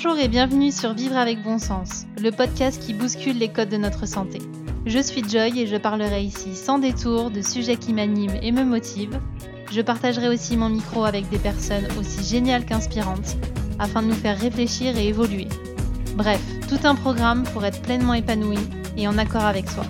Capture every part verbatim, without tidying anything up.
Bonjour et bienvenue sur Vivre avec bon sens, le podcast qui bouscule les codes de notre santé. Je suis Joy et je parlerai ici sans détour de sujets qui m'animent et me motivent. Je partagerai aussi mon micro avec des personnes aussi géniales qu'inspirantes afin de nous faire réfléchir et évoluer. Bref, tout un programme pour être pleinement épanoui et en accord avec soi.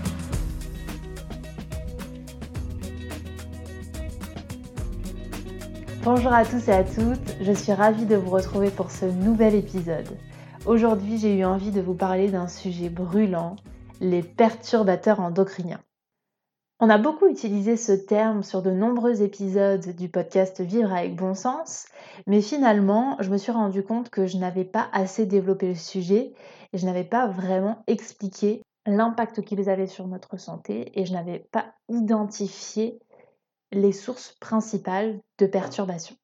Bonjour à tous et à toutes, je suis ravie de vous retrouver pour ce nouvel épisode. Aujourd'hui, j'ai eu envie de vous parler d'un sujet brûlant, les perturbateurs endocriniens. On a beaucoup utilisé ce terme sur de nombreux épisodes du podcast Vivre avec bon sens, mais finalement, je me suis rendu compte que je n'avais pas assez développé le sujet et je n'avais pas vraiment expliqué l'impact qu'ils avaient sur notre santé et je n'avais pas identifié les sources principales de perturbations.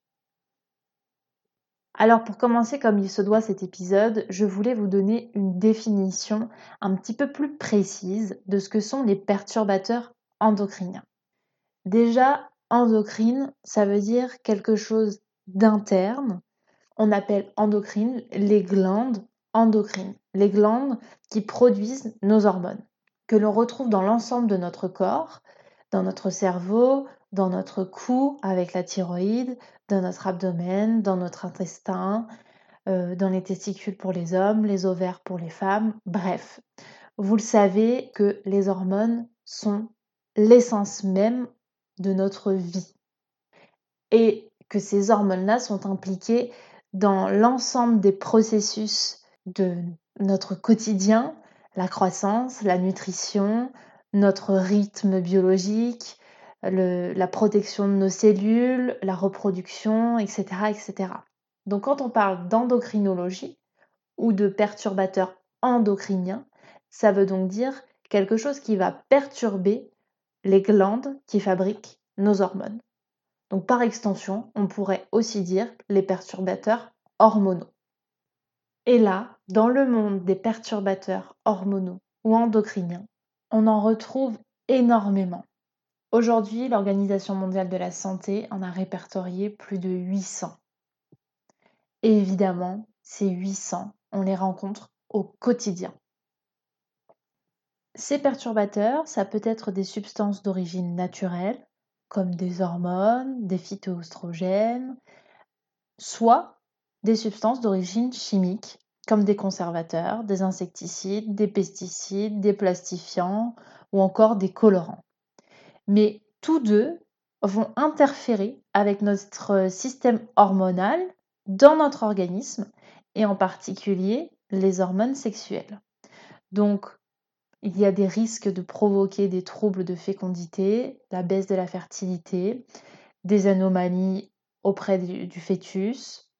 Alors pour commencer comme il se doit cet épisode, je voulais vous donner une définition un petit peu plus précise de ce que sont les perturbateurs endocriniens. Déjà, endocrine, ça veut dire quelque chose d'interne. On appelle endocrine les glandes endocrines, les glandes qui produisent nos hormones, que l'on retrouve dans l'ensemble de notre corps, dans notre cerveau, dans notre cou avec la thyroïde, dans notre abdomen, dans notre intestin, euh, dans les testicules pour les hommes, les ovaires pour les femmes, bref. Vous le savez que les hormones sont l'essence même de notre vie et que ces hormones-là sont impliquées dans l'ensemble des processus de notre quotidien, la croissance, la nutrition, notre rythme biologique, le, la protection de nos cellules, la reproduction, et cetera, et cetera. Donc quand on parle d'endocrinologie ou de perturbateurs endocriniens, ça veut donc dire quelque chose qui va perturber les glandes qui fabriquent nos hormones. Donc par extension, on pourrait aussi dire les perturbateurs hormonaux. Et là, dans le monde des perturbateurs hormonaux ou endocriniens, on en retrouve énormément. Aujourd'hui, l'Organisation mondiale de la santé en a répertorié plus de huit cents. Et évidemment, ces huit cents, on les rencontre au quotidien. Ces perturbateurs, ça peut être des substances d'origine naturelle, comme des hormones, des phytoestrogènes, soit des substances d'origine chimique, comme des conservateurs, des insecticides, des pesticides, des plastifiants ou encore des colorants. Mais tous deux vont interférer avec notre système hormonal dans notre organisme et en particulier les hormones sexuelles. Donc, il y a des risques de provoquer des troubles de fécondité, la baisse de la fertilité, des anomalies auprès du, du fœtus,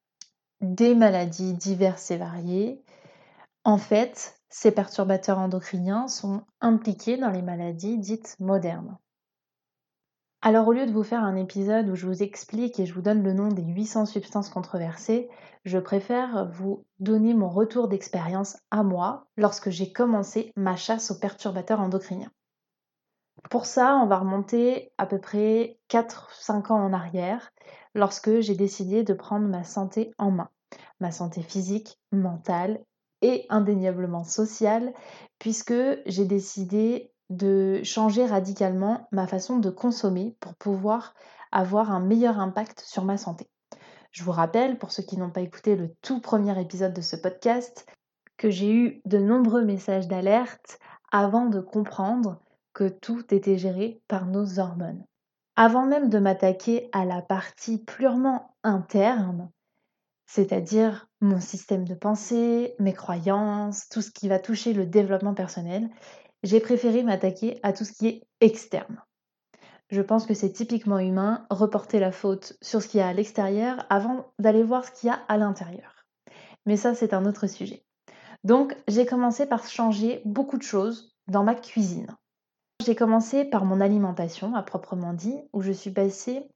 des maladies diverses et variées. En fait, ces perturbateurs endocriniens sont impliqués dans les maladies dites modernes. Alors au lieu de vous faire un épisode où je vous explique et je vous donne le nom des huit cents substances controversées, je préfère vous donner mon retour d'expérience à moi lorsque j'ai commencé ma chasse aux perturbateurs endocriniens. Pour ça, on va remonter à peu près quatre cinq ans en arrière, lorsque j'ai décidé de prendre ma santé en main. Ma santé physique, mentale et indéniablement sociale, puisque j'ai décidé de changer radicalement ma façon de consommer pour pouvoir avoir un meilleur impact sur ma santé. Je vous rappelle, pour ceux qui n'ont pas écouté le tout premier épisode de ce podcast, que j'ai eu de nombreux messages d'alerte avant de comprendre que tout était géré par nos hormones. Avant même de m'attaquer à la partie purement interne, c'est-à-dire mon système de pensée, mes croyances, tout ce qui va toucher le développement personnel, j'ai préféré m'attaquer à tout ce qui est externe. Je pense que c'est typiquement humain, reporter la faute sur ce qu'il y a à l'extérieur avant d'aller voir ce qu'il y a à l'intérieur. Mais ça, c'est un autre sujet. Donc, j'ai commencé par changer beaucoup de choses dans ma cuisine. J'ai commencé par mon alimentation, à proprement dit, où je suis passée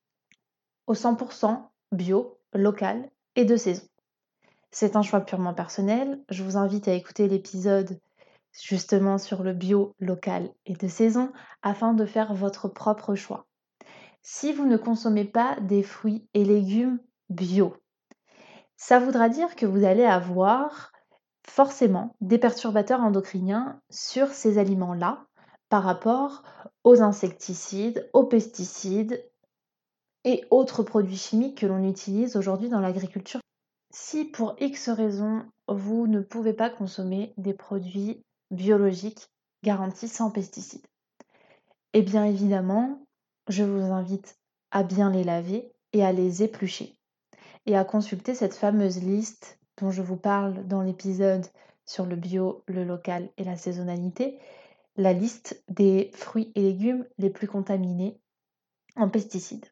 au cent pour cent bio, local et de saison. C'est un choix purement personnel. Je vous invite à écouter l'épisode justement sur le bio, local et de saison afin de faire votre propre choix. Si vous ne consommez pas des fruits et légumes bio, Ça voudra dire que vous allez avoir forcément des perturbateurs endocriniens sur ces aliments-là par rapport aux insecticides, aux pesticides et autres produits chimiques que l'on utilise aujourd'hui dans l'agriculture. Si pour X raisons, vous ne pouvez pas consommer des produits biologiques garantis sans pesticides, eh bien évidemment, je vous invite à bien les laver et à les éplucher et à consulter cette fameuse liste dont je vous parle dans l'épisode sur le bio, le local et la saisonnalité, la liste des fruits et légumes les plus contaminés en pesticides.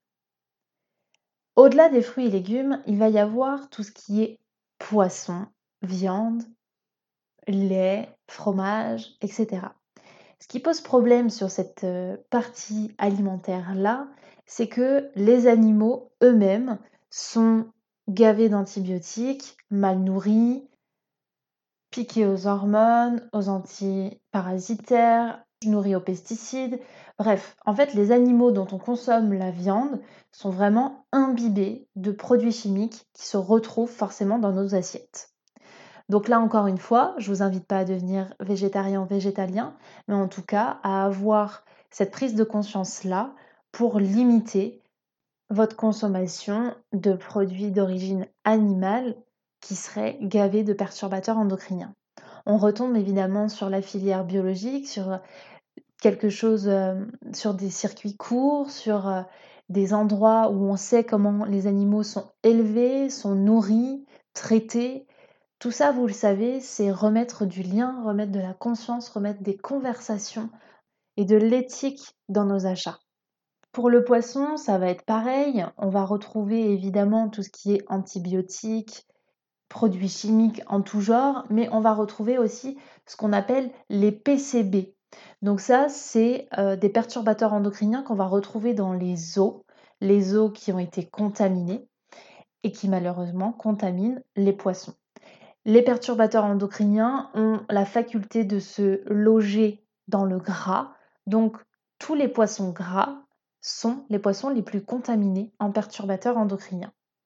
Au-delà des fruits et légumes, il va y avoir tout ce qui est poisson, viande, lait, fromage, et cetera. Ce qui pose problème sur cette euh, partie alimentaire-là, c'est que les animaux eux-mêmes sont gavés d'antibiotiques, mal nourris, piqués aux hormones, aux antiparasitaires, nourris aux pesticides. Bref, en fait, les animaux dont on consomme la viande sont vraiment imbibés de produits chimiques qui se retrouvent forcément dans nos assiettes. Donc là, encore une fois, je ne vous invite pas à devenir végétarien ou végétalien, mais en tout cas à avoir cette prise de conscience-là pour limiter votre consommation de produits d'origine animale qui seraient gavés de perturbateurs endocriniens. On retombe évidemment sur la filière biologique, sur quelque chose, euh, sur des circuits courts, sur euh, des endroits où on sait comment les animaux sont élevés, sont nourris, traités. Tout ça, vous le savez, c'est remettre du lien, remettre de la conscience, remettre des conversations et de l'éthique dans nos achats. Pour le poisson, ça va être pareil. On va retrouver évidemment tout ce qui est antibiotiques, produits chimiques en tout genre, mais on va retrouver aussi ce qu'on appelle les P C B. Donc ça, c'est euh, des perturbateurs endocriniens qu'on va retrouver dans les eaux, les eaux qui ont été contaminées et qui malheureusement contaminent les poissons. Les perturbateurs endocriniens ont la faculté de se loger dans le gras, donc tous les poissons gras sont les poissons les plus contaminés en perturbateurs endocriniens.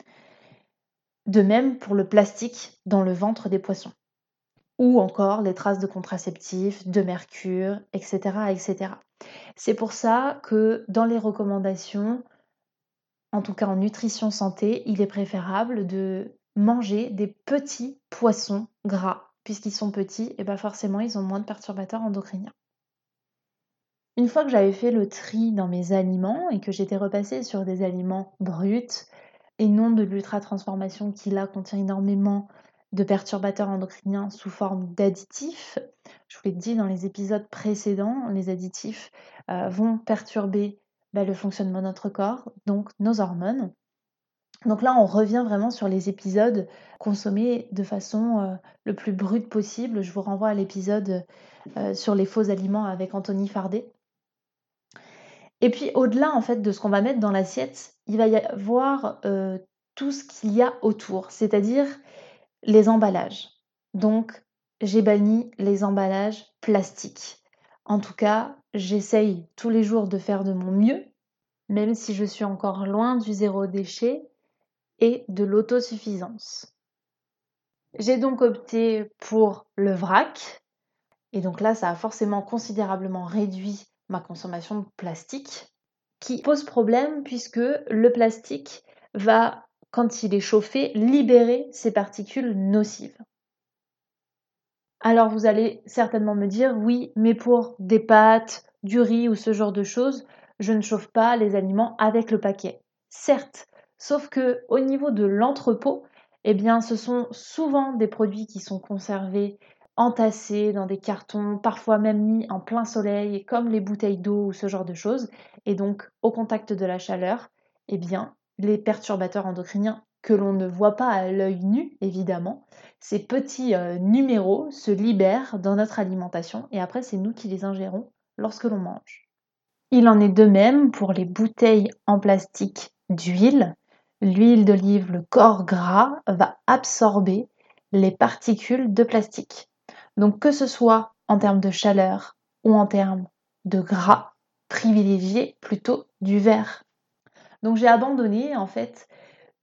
De même pour le plastique dans le ventre des poissons, ou encore les traces de contraceptifs, de mercure, et cetera, et cetera. C'est pour ça que dans les recommandations, en tout cas en nutrition santé, il est préférable de manger des petits poissons gras. Puisqu'ils sont petits, et bien forcément ils ont moins de perturbateurs endocriniens. Une fois que j'avais fait le tri dans mes aliments et que j'étais repassée sur des aliments bruts et non de l'ultra-transformation qui là contient énormément de perturbateurs endocriniens sous forme d'additifs, je vous l'ai dit dans les épisodes précédents, les additifs euh, vont perturber bah, le fonctionnement de notre corps, donc nos hormones. Donc là, on revient vraiment sur les épisodes consommés de façon euh, le plus brute possible. Je vous renvoie à l'épisode euh, sur les faux aliments avec Anthony Fardet. Et puis au-delà en fait de ce qu'on va mettre dans l'assiette, il va y avoir euh, tout ce qu'il y a autour, c'est-à-dire les emballages. Donc j'ai banni les emballages plastiques. En tout cas, j'essaye tous les jours de faire de mon mieux, même si je suis encore loin du zéro déchet et de l'autosuffisance. J'ai donc opté pour le vrac, et donc là ça a forcément considérablement réduit ma consommation de plastique, qui pose problème puisque le plastique va, quand il est chauffé, libérer ses particules nocives. Alors vous allez certainement me dire, oui, mais pour des pâtes, du riz ou ce genre de choses, je ne chauffe pas les aliments avec le paquet. Certes, sauf que au niveau de l'entrepôt, eh bien, ce sont souvent des produits qui sont conservés, entassés dans des cartons, parfois même mis en plein soleil, comme les bouteilles d'eau ou ce genre de choses. Et donc, au contact de la chaleur, eh bien, les perturbateurs endocriniens que l'on ne voit pas à l'œil nu, évidemment, ces petits euh, numéros se libèrent dans notre alimentation et après, c'est nous qui les ingérons lorsque l'on mange. Il en est de même pour les bouteilles en plastique d'huile. L'huile d'olive, le corps gras, va absorber les particules de plastique. Donc que ce soit en termes de chaleur ou en termes de gras, privilégiez plutôt du verre. Donc j'ai abandonné en fait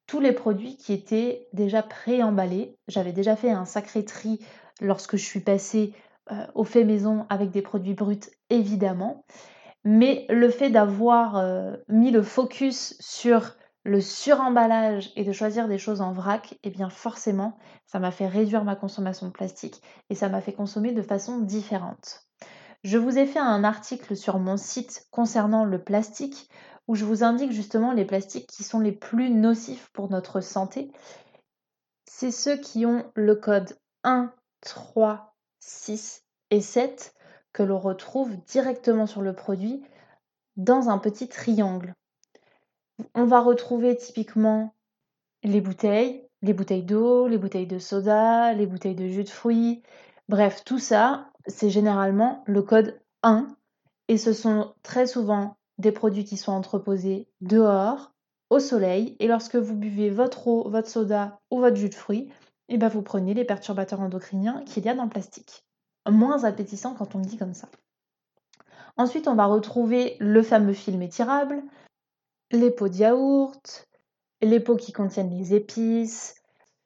tous les produits qui étaient déjà pré-emballés. J'avais déjà fait un sacré tri lorsque je suis passée euh, au fait maison avec des produits bruts, évidemment. Mais le fait d'avoir euh, mis le focus sur le suremballage et de choisir des choses en vrac, eh bien forcément, ça m'a fait réduire ma consommation de plastique et ça m'a fait consommer de façon différente. Je vous ai fait un article sur mon site concernant le plastique où je vous indique justement les plastiques qui sont les plus nocifs pour notre santé. C'est ceux qui ont le code un, trois, six et sept que l'on retrouve directement sur le produit dans un petit triangle. On va retrouver typiquement les bouteilles, les bouteilles d'eau, les bouteilles de soda, les bouteilles de jus de fruits. Bref, tout ça, c'est généralement le code un et ce sont très souvent des produits qui sont entreposés dehors, au soleil, et lorsque vous buvez votre eau, votre soda ou votre jus de fruits, et ben vous prenez les perturbateurs endocriniens qu'il y a dans le plastique. Moins appétissant quand on le dit comme ça. Ensuite, on va retrouver le fameux film étirable, les pots de yaourt, les pots qui contiennent les épices,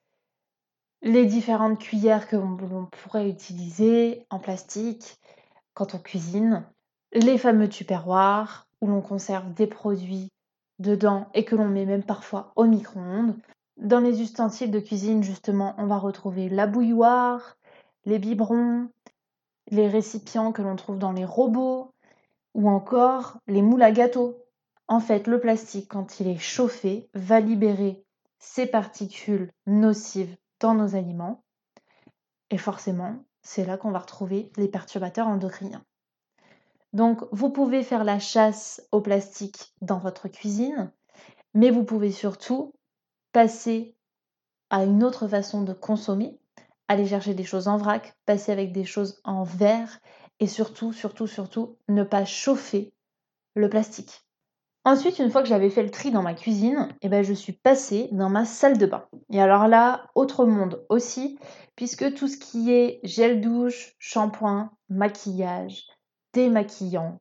les différentes cuillères que l'on pourrait utiliser en plastique quand on cuisine, les fameux tupperwares où l'on conserve des produits dedans et que l'on met même parfois au micro-ondes. Dans les ustensiles de cuisine, justement, on va retrouver la bouilloire, les biberons, les récipients que l'on trouve dans les robots ou encore les moules à gâteaux. En fait, le plastique, quand il est chauffé, va libérer ses particules nocives dans nos aliments. Et forcément, c'est là qu'on va retrouver les perturbateurs endocriniens. Donc, vous pouvez faire la chasse au plastique dans votre cuisine, mais vous pouvez surtout passer à une autre façon de consommer, aller chercher des choses en vrac, passer avec des choses en verre et surtout, surtout, surtout, ne pas chauffer le plastique. Ensuite, une fois que j'avais fait le tri dans ma cuisine, eh ben, je suis passée dans ma salle de bain. Et alors là, autre monde aussi, puisque tout ce qui est gel douche, shampoing, maquillage, démaquillant,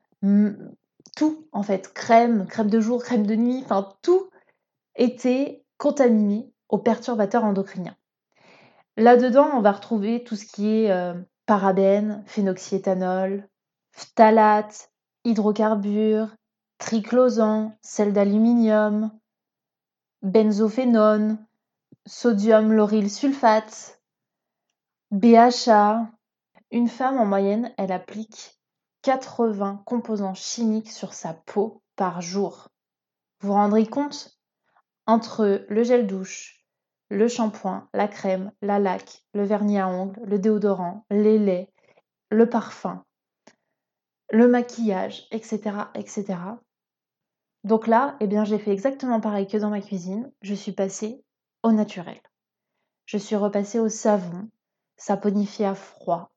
tout en fait, crème, crème de jour, crème de nuit, enfin tout était contaminé aux perturbateurs endocriniens. Là-dedans, on va retrouver tout ce qui est euh, parabènes, phénoxyéthanol, phthalates, hydrocarbures, triclosan, sel d'aluminium, benzophénone, sodium lauryl sulfate, B H A. Une femme en moyenne, elle applique quatre-vingts composants chimiques sur sa peau par jour. Vous vous rendrez compte? Entre le gel douche, le shampoing, la crème, la laque, le vernis à ongles, le déodorant, les laits, le parfum, le maquillage, et cetera, et cetera. Donc là, eh bien, j'ai fait exactement pareil que dans ma cuisine. Je suis passée au naturel. Je suis repassée au savon, saponifié à froid,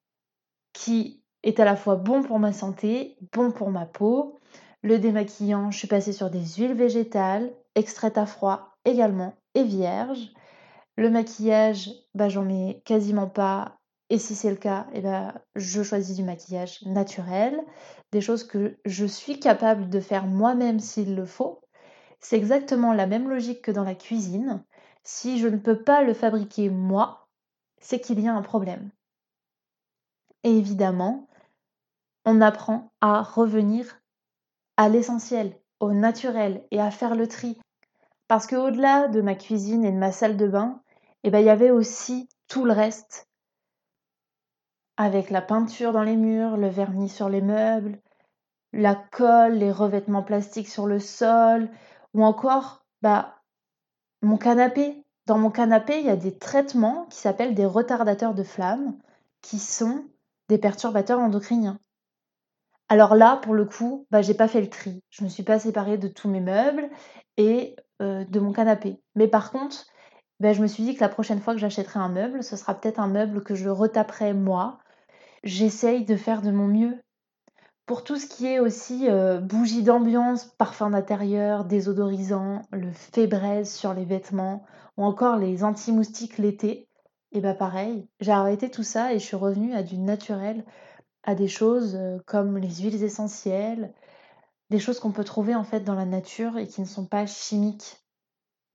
qui est à la fois bon pour ma santé, bon pour ma peau. Le démaquillant, je suis passée sur des huiles végétales, extraites à froid également et vierges. Le maquillage, bah, j'en mets quasiment pas. Et si c'est le cas, eh ben, je choisis du maquillage naturel, des choses que je suis capable de faire moi-même s'il le faut. C'est exactement la même logique que dans la cuisine. Si je ne peux pas le fabriquer moi, c'est qu'il y a un problème. Et évidemment, on apprend à revenir à l'essentiel, au naturel et à faire le tri. Parce qu'au-delà de ma cuisine et de ma salle de bain, eh ben, il y avait aussi tout le reste, avec la peinture dans les murs, le vernis sur les meubles, la colle, les revêtements plastiques sur le sol, ou encore bah, mon canapé. Dans mon canapé, il y a des traitements qui s'appellent des retardateurs de flamme, qui sont des perturbateurs endocriniens. Alors là, pour le coup, bah, j'ai pas fait le tri. Je me suis pas séparée de tous mes meubles et euh, de mon canapé. Mais par contre, bah, je me suis dit que la prochaine fois que j'achèterai un meuble, ce sera peut-être un meuble que je retaperai moi. J'essaye de faire de mon mieux. Pour tout ce qui est aussi euh, bougies d'ambiance, parfums d'intérieur, désodorisants, le Febreze sur les vêtements ou encore les anti-moustiques l'été, et bah pareil, j'ai arrêté tout ça et je suis revenue à du naturel, à des choses euh, comme les huiles essentielles, des choses qu'on peut trouver en fait dans la nature et qui ne sont pas chimiques.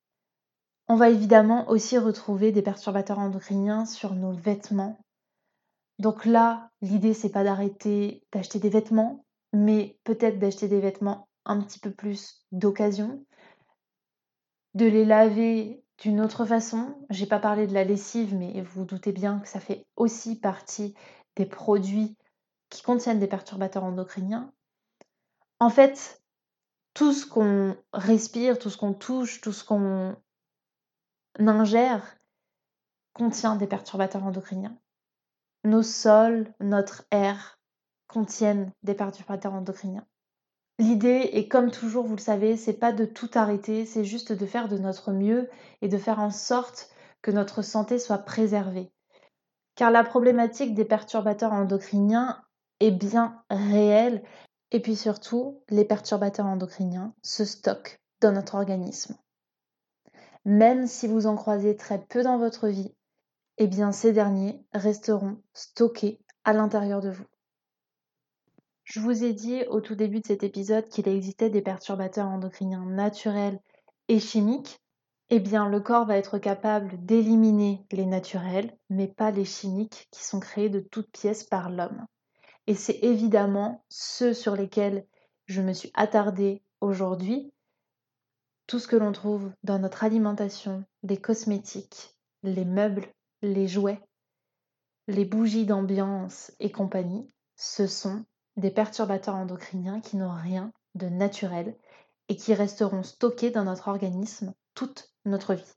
On va évidemment aussi retrouver des perturbateurs endocriniens sur nos vêtements. Donc là, l'idée, c'est pas d'arrêter d'acheter des vêtements, mais peut-être d'acheter des vêtements un petit peu plus d'occasion, de les laver d'une autre façon. J'ai pas parlé de la lessive, mais vous vous doutez bien que ça fait aussi partie des produits qui contiennent des perturbateurs endocriniens. En fait, tout ce qu'on respire, tout ce qu'on touche, tout ce qu'on ingère contient des perturbateurs endocriniens. Nos sols, notre air contiennent des perturbateurs endocriniens. L'idée, et comme toujours, vous le savez, c'est pas de tout arrêter, c'est juste de faire de notre mieux et de faire en sorte que notre santé soit préservée. Car la problématique des perturbateurs endocriniens est bien réelle. Et puis surtout, les perturbateurs endocriniens se stockent dans notre organisme. Même si vous en croisez très peu dans votre vie, eh bien ces derniers resteront stockés à l'intérieur de vous. Je vous ai dit au tout début de cet épisode qu'il existait des perturbateurs endocriniens naturels et chimiques. Eh bien, le corps va être capable d'éliminer les naturels, mais pas les chimiques qui sont créés de toutes pièces par l'homme. Et c'est évidemment ceux sur lesquels je me suis attardée aujourd'hui. Tout ce que l'on trouve dans notre alimentation, les cosmétiques, les meubles, les jouets, les bougies d'ambiance et compagnie, ce sont des perturbateurs endocriniens qui n'ont rien de naturel et qui resteront stockés dans notre organisme toute notre vie.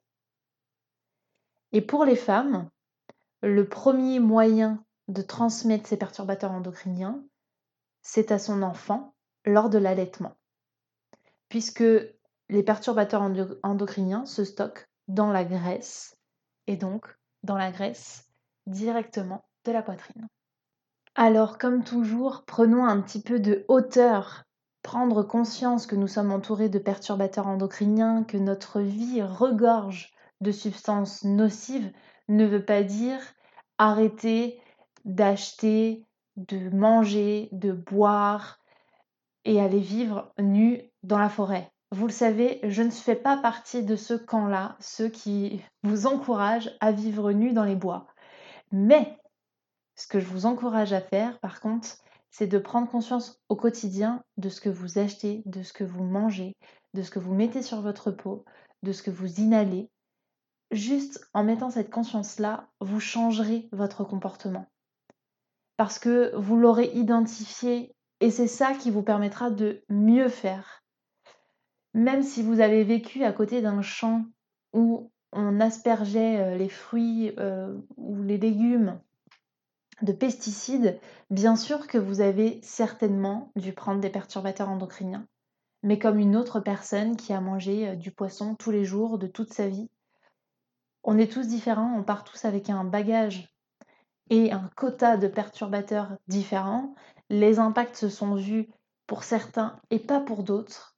Et pour les femmes, le premier moyen de transmettre ces perturbateurs endocriniens, c'est à son enfant lors de l'allaitement, puisque les perturbateurs endo- endocriniens se stockent dans la graisse, et donc dans la graisse directement de la poitrine. Alors, comme toujours, prenons un petit peu de hauteur. Prendre conscience que nous sommes entourés de perturbateurs endocriniens, que notre vie regorge de substances nocives, ne veut pas dire arrêter d'acheter, de manger, de boire et aller vivre nu dans la forêt. Vous le savez, je ne fais pas partie de ce camp-là, ceux qui vous encouragent à vivre nu dans les bois. Mais ce que je vous encourage à faire, par contre, c'est de prendre conscience au quotidien de ce que vous achetez, de ce que vous mangez, de ce que vous mettez sur votre peau, de ce que vous inhalez. Juste en mettant cette conscience-là, vous changerez votre comportement. Parce que vous l'aurez identifié et c'est ça qui vous permettra de mieux faire. Même si vous avez vécu à côté d'un champ où on aspergeait euh, les fruits euh, ou les légumes de pesticides, bien sûr que vous avez certainement dû prendre des perturbateurs endocriniens, mais comme une autre personne qui a mangé euh, du poisson tous les jours de toute sa vie. On est tous différents, on part tous avec un bagage et un quota de perturbateurs différents. Les impacts se sont vus pour certains et pas pour d'autres.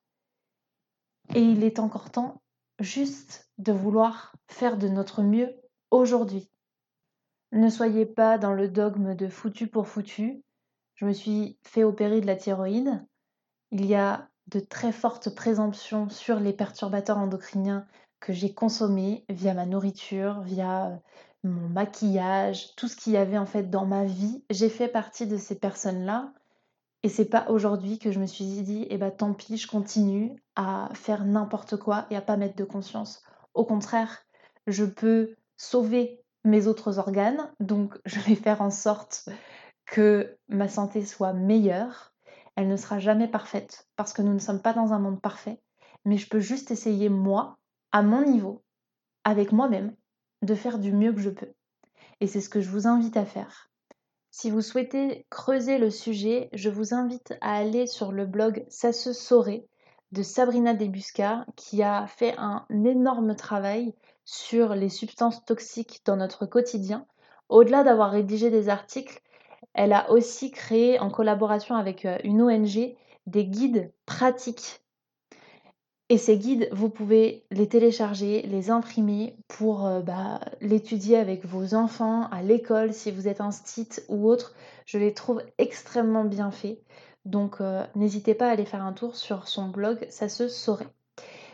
Et il est encore temps juste de vouloir faire de notre mieux aujourd'hui. Ne soyez pas dans le dogme de foutu pour foutu. Je me suis fait opérer de la thyroïde. Il y a de très fortes présomptions sur les perturbateurs endocriniens que j'ai consommés via ma nourriture, via euh, mon maquillage, tout ce qu'il y avait en fait dans ma vie. J'ai fait partie de ces personnes-là. Et c'est pas aujourd'hui que je me suis dit, eh ben tant pis, je continue à faire n'importe quoi et à pas mettre de conscience. Au contraire, je peux sauver mes autres organes, donc je vais faire en sorte que ma santé soit meilleure. Elle ne sera jamais parfaite parce que nous ne sommes pas dans un monde parfait, mais je peux juste essayer moi, à mon niveau, avec moi-même, de faire du mieux que je peux. Et c'est ce que je vous invite à faire. Si vous souhaitez creuser le sujet, je vous invite à aller sur le blog Ça se saurait de Sabrina Debusca qui a fait un énorme travail sur les substances toxiques dans notre quotidien. Au-delà d'avoir rédigé des articles, elle a aussi créé en collaboration avec euh, une O N G des guides pratiques. Et ces guides, vous pouvez les télécharger, les imprimer pour euh, bah, l'étudier avec vos enfants à l'école si vous êtes un site ou autre. Je les trouve extrêmement bien faits. Donc euh, n'hésitez pas à aller faire un tour sur son blog, ça se saurait.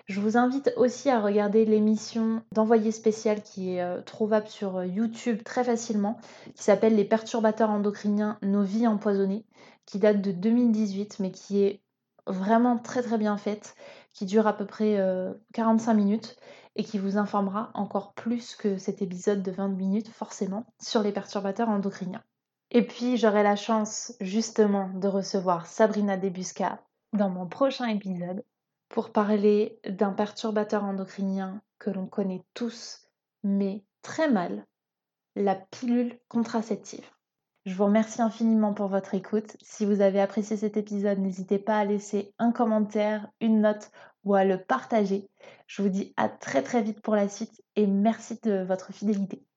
Je vous invite aussi à regarder l'émission d'Envoyé spécial qui est euh, trouvable sur euh, YouTube très facilement, qui s'appelle Les perturbateurs endocriniens, nos vies empoisonnées, qui date de deux mille dix-huit, mais qui est vraiment très très bien faite, qui dure à peu près euh, quarante-cinq minutes et qui vous informera encore plus que cet épisode de vingt minutes, forcément, sur les perturbateurs endocriniens. Et puis, j'aurai la chance, justement, de recevoir Sabrina Debusca dans mon prochain épisode pour parler d'un perturbateur endocrinien que l'on connaît tous, mais très mal, la pilule contraceptive. Je vous remercie infiniment pour votre écoute. Si vous avez apprécié cet épisode, n'hésitez pas à laisser un commentaire, une note ou à le partager. Je vous dis à très très vite pour la suite et merci de votre fidélité.